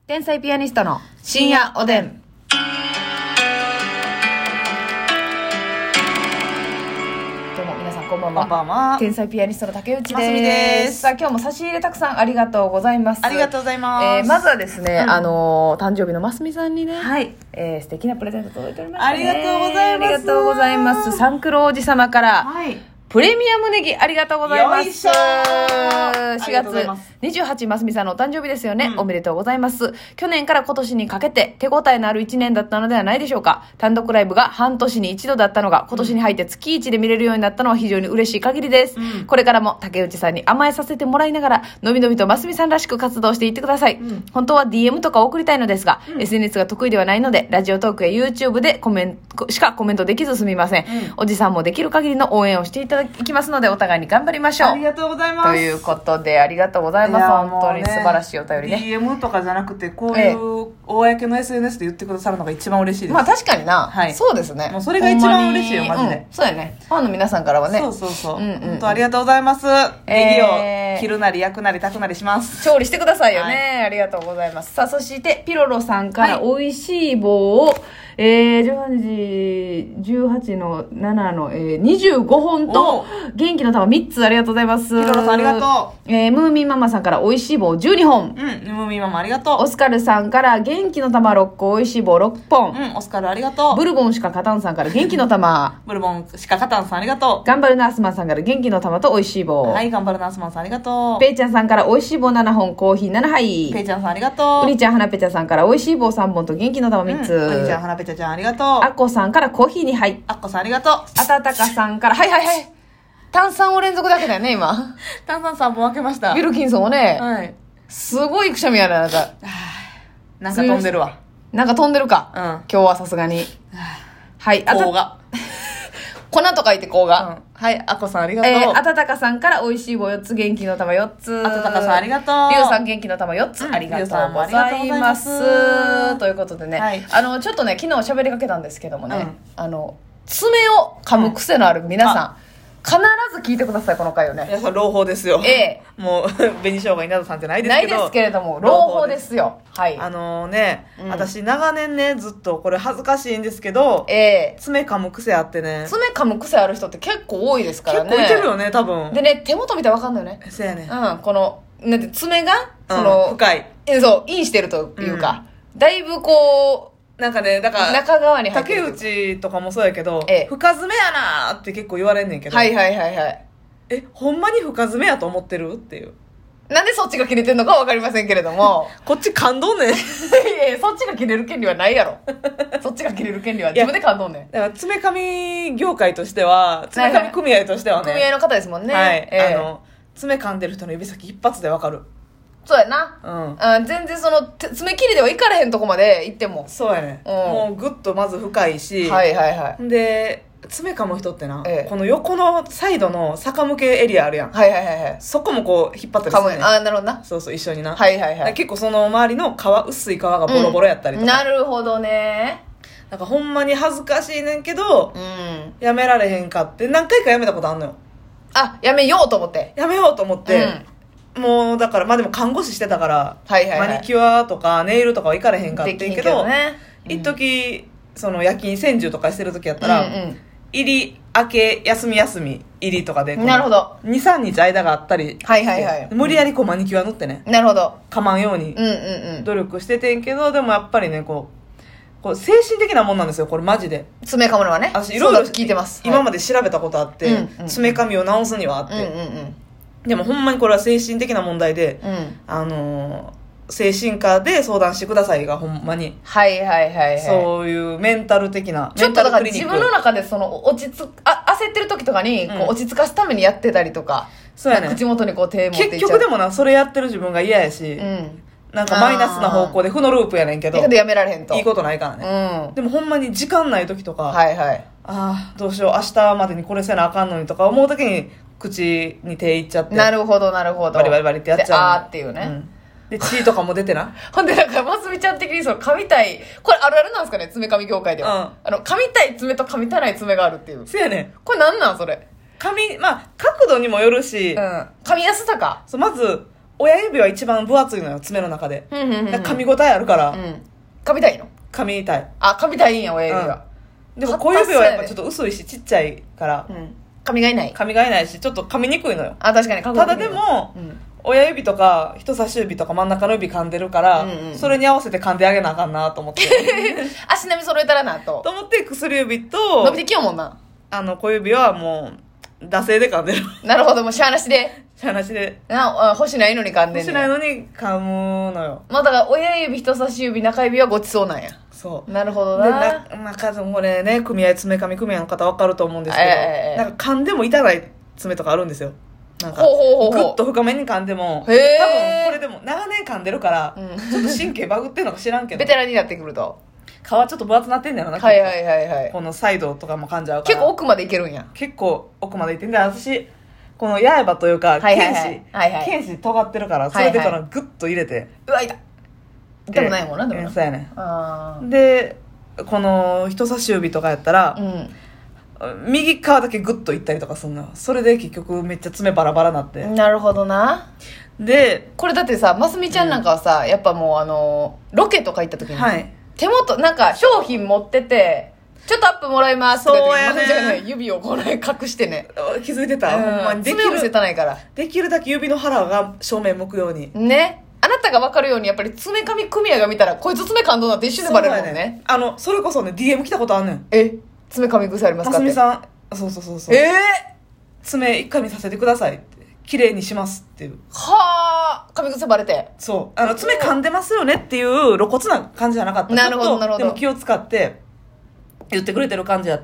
天才ピアニストの深夜おでん。どうも皆さんこんばんは。 こんばんは。 天才ピアニストの竹内です。 ますみです。 さあ今日も差し入れたくさんありがとうございます。 ありがとうございます。 まずはですね、誕生日のますみさんにね、 はい、 素敵なプレゼント届いておりましたね。 ありがとうございます。 ありがとうございます。サンクロおじさまから、 はい、 プレミアムネギありがとうございます。 よいしょー。 4月28ますみさんのお誕生日ですよね、おめでとうございます。去年から今年にかけて手応えのある1年だったのではないでしょうか。単独ライブが半年に一度だったのが今年に入って月1で見れるようになったのは非常に嬉しい限りです、これからも竹内さんに甘えさせてもらいながらのびのびとますみさんらしく活動していってください、本当は DM とか送りたいのですが、SNS が得意ではないのでラジオトークや YouTube でしかコメントできずすみません、おじさんもできる限りの応援をしていただきますのでお互いに頑張りましょう。 ありがとうございます。 ということでありがとうございます。本当に素晴らしいお便りね。 DM とかじゃなくてこういう公の SNS で言ってくださるのが一番嬉しいです。 まあ確かにな、 はい、 そうですね。 もうそれが一番嬉しいよマジで、 そうやね。ファンの皆さんからはね、 そう、本当ありがとうございます。ネギを切るなり焼くなり炊くなりします。 調理してくださいよね、ありがとうございます。さあそしてピロロさんから美味しい棒を、18の7の、25本と元気の玉3つありがとうございます。 ピロロさんありがとう。ムーミンママさんから美味しい棒12本。 ムーミンママありがとう。 オスカルさんから元気の玉6個美味しい棒6本。 オスカルありがとう。 ブルボンシカカタンさんから元気の玉。 ブルボンシカカタンさんありがとう。 頑張るナースマンさんから元気の玉と美味しい棒。 はい、頑張るナースマンさんありがとう。 ペイちゃんさんから美味しい棒7本コーヒー7杯。 ペイちゃんさんありがとう。 ウニちゃんはなぺちゃさんから美味しい棒3本と元気の玉3つ。 ウニちゃんはなぺちゃちゃんありがとう。 アッコさんからコーヒー2杯。 アッコさんありがとう。 あたたかさんからはい炭酸を連続だけだよね今。 炭酸3本分けました。 ウィルキンソンをね、 はい、 すごいくしゃみやな。 なんか飛んでるわ。 なんか飛んでるか、今日はさすがに。はい、 甲が粉と書いて甲が、 はい、あこさんありがとう。 あたたかさんから美味しい棒4つ元気の玉4つ。 あたたかさんありがとう。 りゅうさん元気の玉4つ、ありがとうございます。ということでね、ちょっとね昨日喋りかけたんですけどもね、爪を噛む癖のある皆さん、必ず聞いてくださいこの回をね。 いやそれ朗報ですよ。もう紅生姜稲田さんじゃないですけど。 ないですけれども朗報ですよ。はい。 私長年ねずっとこれ恥ずかしいんですけど、爪噛む癖あってね。 爪噛む癖ある人って結構多いですからね。 結構いてるよね多分。 でね手元見たら分かんないよね。 そうやね。 このなんて爪が深い。 そうインしてるというか、だいぶこう。 なんかね、だから、 中側に入ってる。 竹内とかもそうやけど、深爪やなーって結構言われんねんけど。 はい。 ほんまに深爪やと思ってるっていう。 なんでそっちが切れてんのかわかりませんけれども。 こっち感動ねん。 そっちが切れる権利はないやろ。そっちが切れる権利は自分で感動ねん。 だから爪噛み業界としては、爪噛み組合としてはね。 組合の方ですもんね。 はい。爪噛んでる人の指先一発でわかる。 そうやな。全然その爪切りではいかれへんとこまで行っても。 そうやね。もうぐっとまず深いし。で、爪噛む人ってな、この横のサイドの逆向けエリアあるやん。そこもこう引っ張ったりするね。 なるほどな。 そう一緒にな。 結構その周りの薄い皮がボロボロやったりとか。 なるほどね。 なんかほんまに恥ずかしいねんけど、やめられへんかって何回かやめたことあんのよ。 やめようと思って。 やめようと思って。もうだからでも看護師してたから、マニキュアとかネイルとかは行かれへんかってんけど、一時その夜勤専従とかしてる時やったら、入り明け休み入りとかでなるほど 2,3 日間があったり無理やりこうマニキュア塗ってね、 なるほど噛まんように努力しててんけど、でもやっぱりねこう精神的なもんなんですよこれマジで。 爪噛むのはね。 私いろいろ聞いてます。 今まで調べたことあって、爪噛みを治すにはあって、でもほんまにこれは精神的な問題で、精神科で相談してくださいがほんまに。そういうメンタル的な。 ちょっとだから自分の中でその焦ってる時とかにこう落ち着かすためにやってたりとか。 そうやね。 口元にこう手持っていっちゃう。 結局でもな、それやってる自分が嫌やし、なんかマイナスな方向で負のループやねんけど。 やめられへんと。 いいことないからね。でもほんまに時間ない時とか、どうしよう、明日までにこれせなあかんのにとか思う時に、口に手いっちゃって。 なるほど。 バリバリってやっちゃう。 っていうね。 で、血とかも出てな。 ほんでなんか、ますみちゃん的に噛みたい、これあるあるなんですかね、爪噛み業界では。噛みたい爪と噛みたない爪があるっていう。 そうやね。 これなんなんそれ。 角度にもよるし、 噛みやすさか。 まず、 親指は一番分厚いのよ、爪の中で。噛み応えあるから。 噛みたいの？ 噛みたい。 あ、噛みたいんや、親指は。 でも小指はやっぱちょっと薄いし、ちっちゃいから。 噛みがいない。 噛みがいないし、ちょっと噛みにくいのよ。 あ、確かに。 ただでも、親指とか人差し指とか真ん中の指噛んでるから、それに合わせて噛んであげなあかんなと思って。 足並み揃えたらなと。 と思って薬指と、 伸びてきようもんな。 小指はもう、惰性で噛んでる。 なるほど、もうしゃーなしで。 しゃーなしで。 欲しないのに噛んでんねん。 欲しないのに噛むのよ。 まあだから親指、人差し指、中指はごちそうなんや。 そう。 なるほどな。 で、これね、爪噛み組合の方分かると思うんですけど、なんか噛んでも痛ない爪とかあるんですよ。なんか、ぐっと深めに噛んでも、多分これでも長年噛んでるから、ちょっと神経バグってんのか知らんけど。 ベテランになってくると。 皮ちょっと分厚なってんだよな。 はいはいはいはい。 このサイドとかも噛んじゃうから。 結構奥までいけるんや。 結構奥までいってんで、私、この刃というか、剣士尖ってるから、それでこのグッと入れて。 うわ、痛い。痛くないもんな、でも。 そうやね。で、この人差し指とかやったら、右側だけグッといったりとかするのよ。それで結局めっちゃ爪バラバラなって。 なるほどな。 で、 これだってさ、ますみちゃんなんかはさ、やっぱもうロケとか行った時に、手元、なんか商品持ってて、ちょっとアップもらいますとか言って、ますみちゃんがね、指をこれ隠してね。 気づいてた、ほんまに。 爪を見せたないから。 できるだけ指の腹が正面向くように。 ね。あなたが分かるように、やっぱり爪噛み組合が見たら、こいつ爪感動だって一瞬でバレるもんね。 それこそね、DM 来たことあんねん。 爪噛み癖ありますかって。 ますみさん、そう。爪一回見させてくださいって。綺麗にしますっていう。 はぁ、噛み癖バレて。 そう。爪噛んでますよねっていう露骨な感じじゃなかった。 なるほど、なるほど。 でも気を使って言ってくれてる感じやって、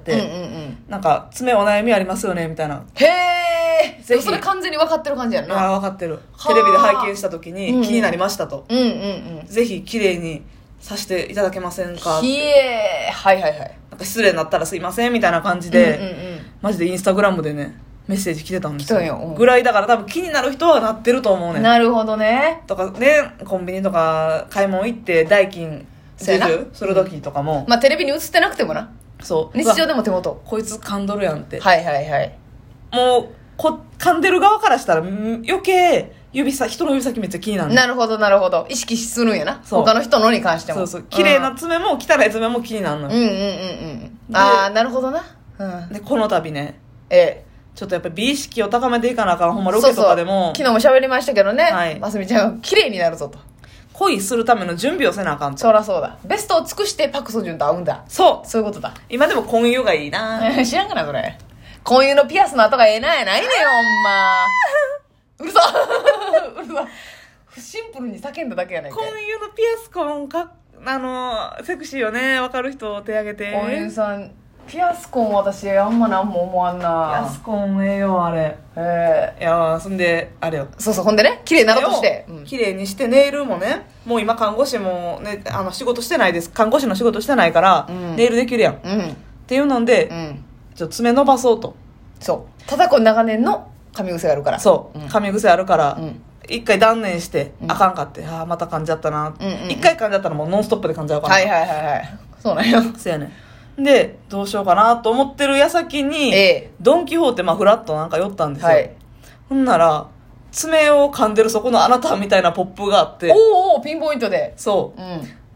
なんか、爪お悩みありますよねみたいな。 へぇー。それ完全に分かってる感じやんな。 ああ、分かってる。テレビで拝見した時に気になりましたと。ぜひ綺麗にさせていただけませんかって。 はいはいはい。 なんか失礼になったらすいませんみたいな感じで、マジでインスタグラムでね、メッセージ来てたんですよ。ぐらいだから多分気になる人はなってると思うね。 なるほどね。 とかね、コンビニとか買い物行って代金授受する時とかも。 まあテレビに映ってなくてもな。 そう。 日常でも手元。 こいつ噛んどるやんって。 はいはいはい。 もう、噛んでる側からしたら余計人の指先めっちゃ気になる。 なるほどなるほど。意識するんやな。他の人のに関しても。 そう。綺麗な爪も汚い爪も気になるのよ。ああ、なるほどな。 で、この度ね。ちょっとやっぱり美意識を高めていかなあかん。ほんまロケとかでも。 昨日も喋りましたけどね。ますみちゃんが綺麗になるぞと。 恋するための準備をせなあかんと。 そらそうだ。ベストを尽くしてパクソジュンと会うんだ。そういうことだ。 今でも婚友がいいな知らんかなそれ。婚友のピアスの跡がええなやないねんほんま。うるさうるさシンプルに叫んだだけやないか。 婚友のピアスコンセクシーよね。分かる人手挙げて。 婚友さんピアスコン私あんま何も思わんな。 ピアスコンええよあれ。いやそんであれよ。 そうほんでね綺麗になろうとして綺麗にしてネイルもねもう今看護師もね仕事してないです。看護師の仕事してないから、ネイルできるやん、っていうので、ちょっと爪伸ばそうと。 そうただこれ長年の噛み癖があるから。 そう、噛み癖あるから、一回断念して、あかんかって、また噛んじゃったな、一回噛んじゃったらもうノンストップで噛んじゃうから。 はいそうなんよ。 そうやね。でどうしようかなと思ってる矢先に、ドン・キホーテフラッとなんか寄ったんですよ、ほんなら爪を噛んでるそこのあなたみたいなポップがあって、 ピンポイントで。 そう、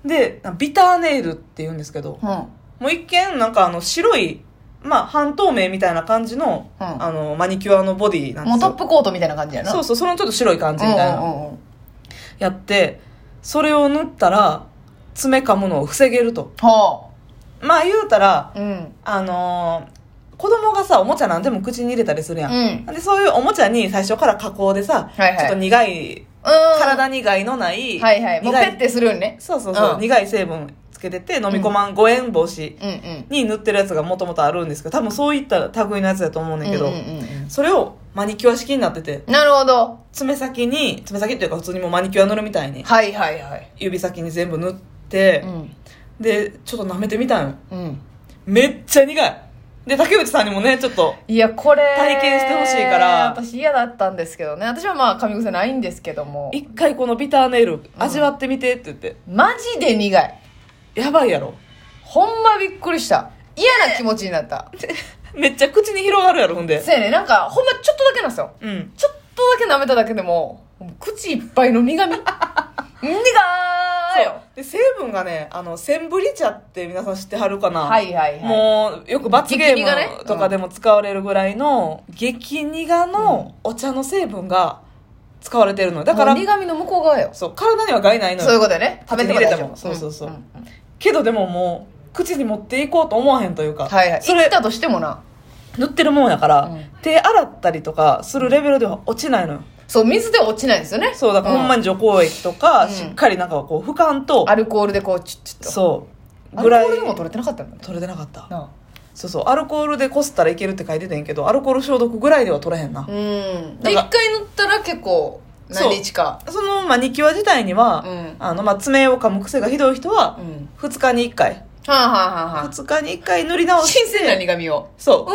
でビターネイルって言うんですけど、もう一見なんか白い半透明みたいな感じの、マニキュアのボディなんですよ。 もうトップコートみたいな感じやな。 そうそのちょっと白い感じみたいな、やってそれを塗ったら爪噛むのを防げると。言うたら、子供がさおもちゃなんでも口に入れたりするやん、でそういうおもちゃに最初から加工でさ、ちょっと苦い、体に害のない、 もうペッてするよね。 そう、苦い成分つけてて飲み込まん誤嚥防止に塗ってるやつがもともとあるんですけど、多分そういった類のやつだと思うねんけど、それをマニキュア式になってて。 なるほど。 爪先っていうか普通にもうマニキュア塗るみたいに、指先に全部塗って、でちょっと舐めてみたんよ、めっちゃ苦いで竹内さんにもねちょっといやこれ体験してほしいから私嫌だったんですけどね。私は噛み癖ないんですけども、 一回このビターネイル味わってみてって言って、 マジで苦い。 やばいやろ。 ほんまびっくりした。嫌な気持ちになっためっちゃ口に広がるやろ。ほんでそうやね。なんかほんまちょっとだけなんですよ、ちょっとだけ舐めただけでも口いっぱいの苦味苦ーよ。 で成分がねセンブリ茶って皆さん知ってはるかな。 はいはいはい。 もうよく罰ゲームとかでも使われるぐらいの激苦のお茶の成分が使われてるのだから苦味の向こう側よ。 そう体には害ないのよ。 そういうことよね。食べても入れてもそうそうそう、けどでももう口に持っていこうと思わへんというか、 はいはい、 それ行ったとしてもな塗ってるもんやから、手洗ったりとかするレベルでは落ちないのよ。 そう水では落ちないんですよね。 そうだからほんまに除酵液とか、しっかりなんかこう俯瞰とアルコールでこうチュッチュッとそうぐらいアルコールでも取れてなかったんだね。 取れてなかったなあそうそうアルコールでこすったらいけるって書いてたんやけどアルコール消毒ぐらいでは取れへんな。 で一回塗ったら結構何日かそのマニキュア自体には、爪を噛む癖がひどい人は2日に1回、2日に1回塗り直して新鮮な苦味をそう、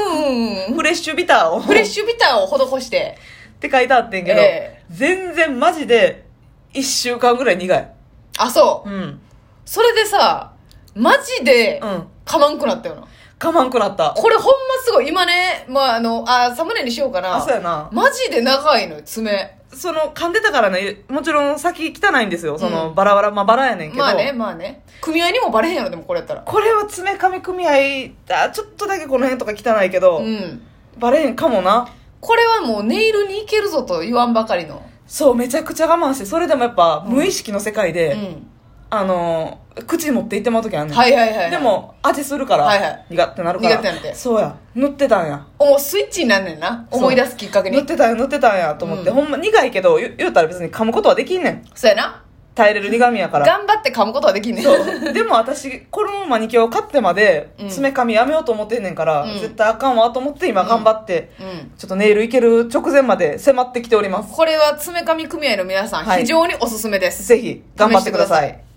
フレッシュビターを施してって書いてあってんけど、全然マジで1週間ぐらい苦い。 あそうそれでさマジで噛まんくなったよな。 噛まんくなった。 これほんますごい今ね、サムネにしようかな。 そうやな。 マジで長いのよ爪。 その噛んでたからね、もちろん先汚いんですよ。そのバラバラ、バラやねんけど。 まあね組合にもバレへんやろ。でもこれやったらこれは爪噛み組合ちょっとだけこの辺とか汚いけど、バレへんかもな。 これはもうネイルにいけるぞと言わんばかりの。 そうめちゃくちゃ我慢して、それでもやっぱ無意識の世界で、口に持っていってまう時あんねん。でも味するから、苦ってなるから。 苦ってなって。 そうや、塗ってたんや。 もうスイッチになんねんな。思い出すきっかけに。 塗ってたんやと思って、ほんま苦いけど言うたら別に噛むことはできんねん。 そうやな。 耐えれる苦味やから。 頑張って噛むことはできんねん。 そうでも私このマニキュアを買ってまで爪噛みやめようと思ってんねんから、絶対あかんわと思って今頑張って、ちょっとネイルいける直前まで迫ってきております。 これは爪噛み組合の皆さん、非常におすすめです。 ぜひ頑張ってください。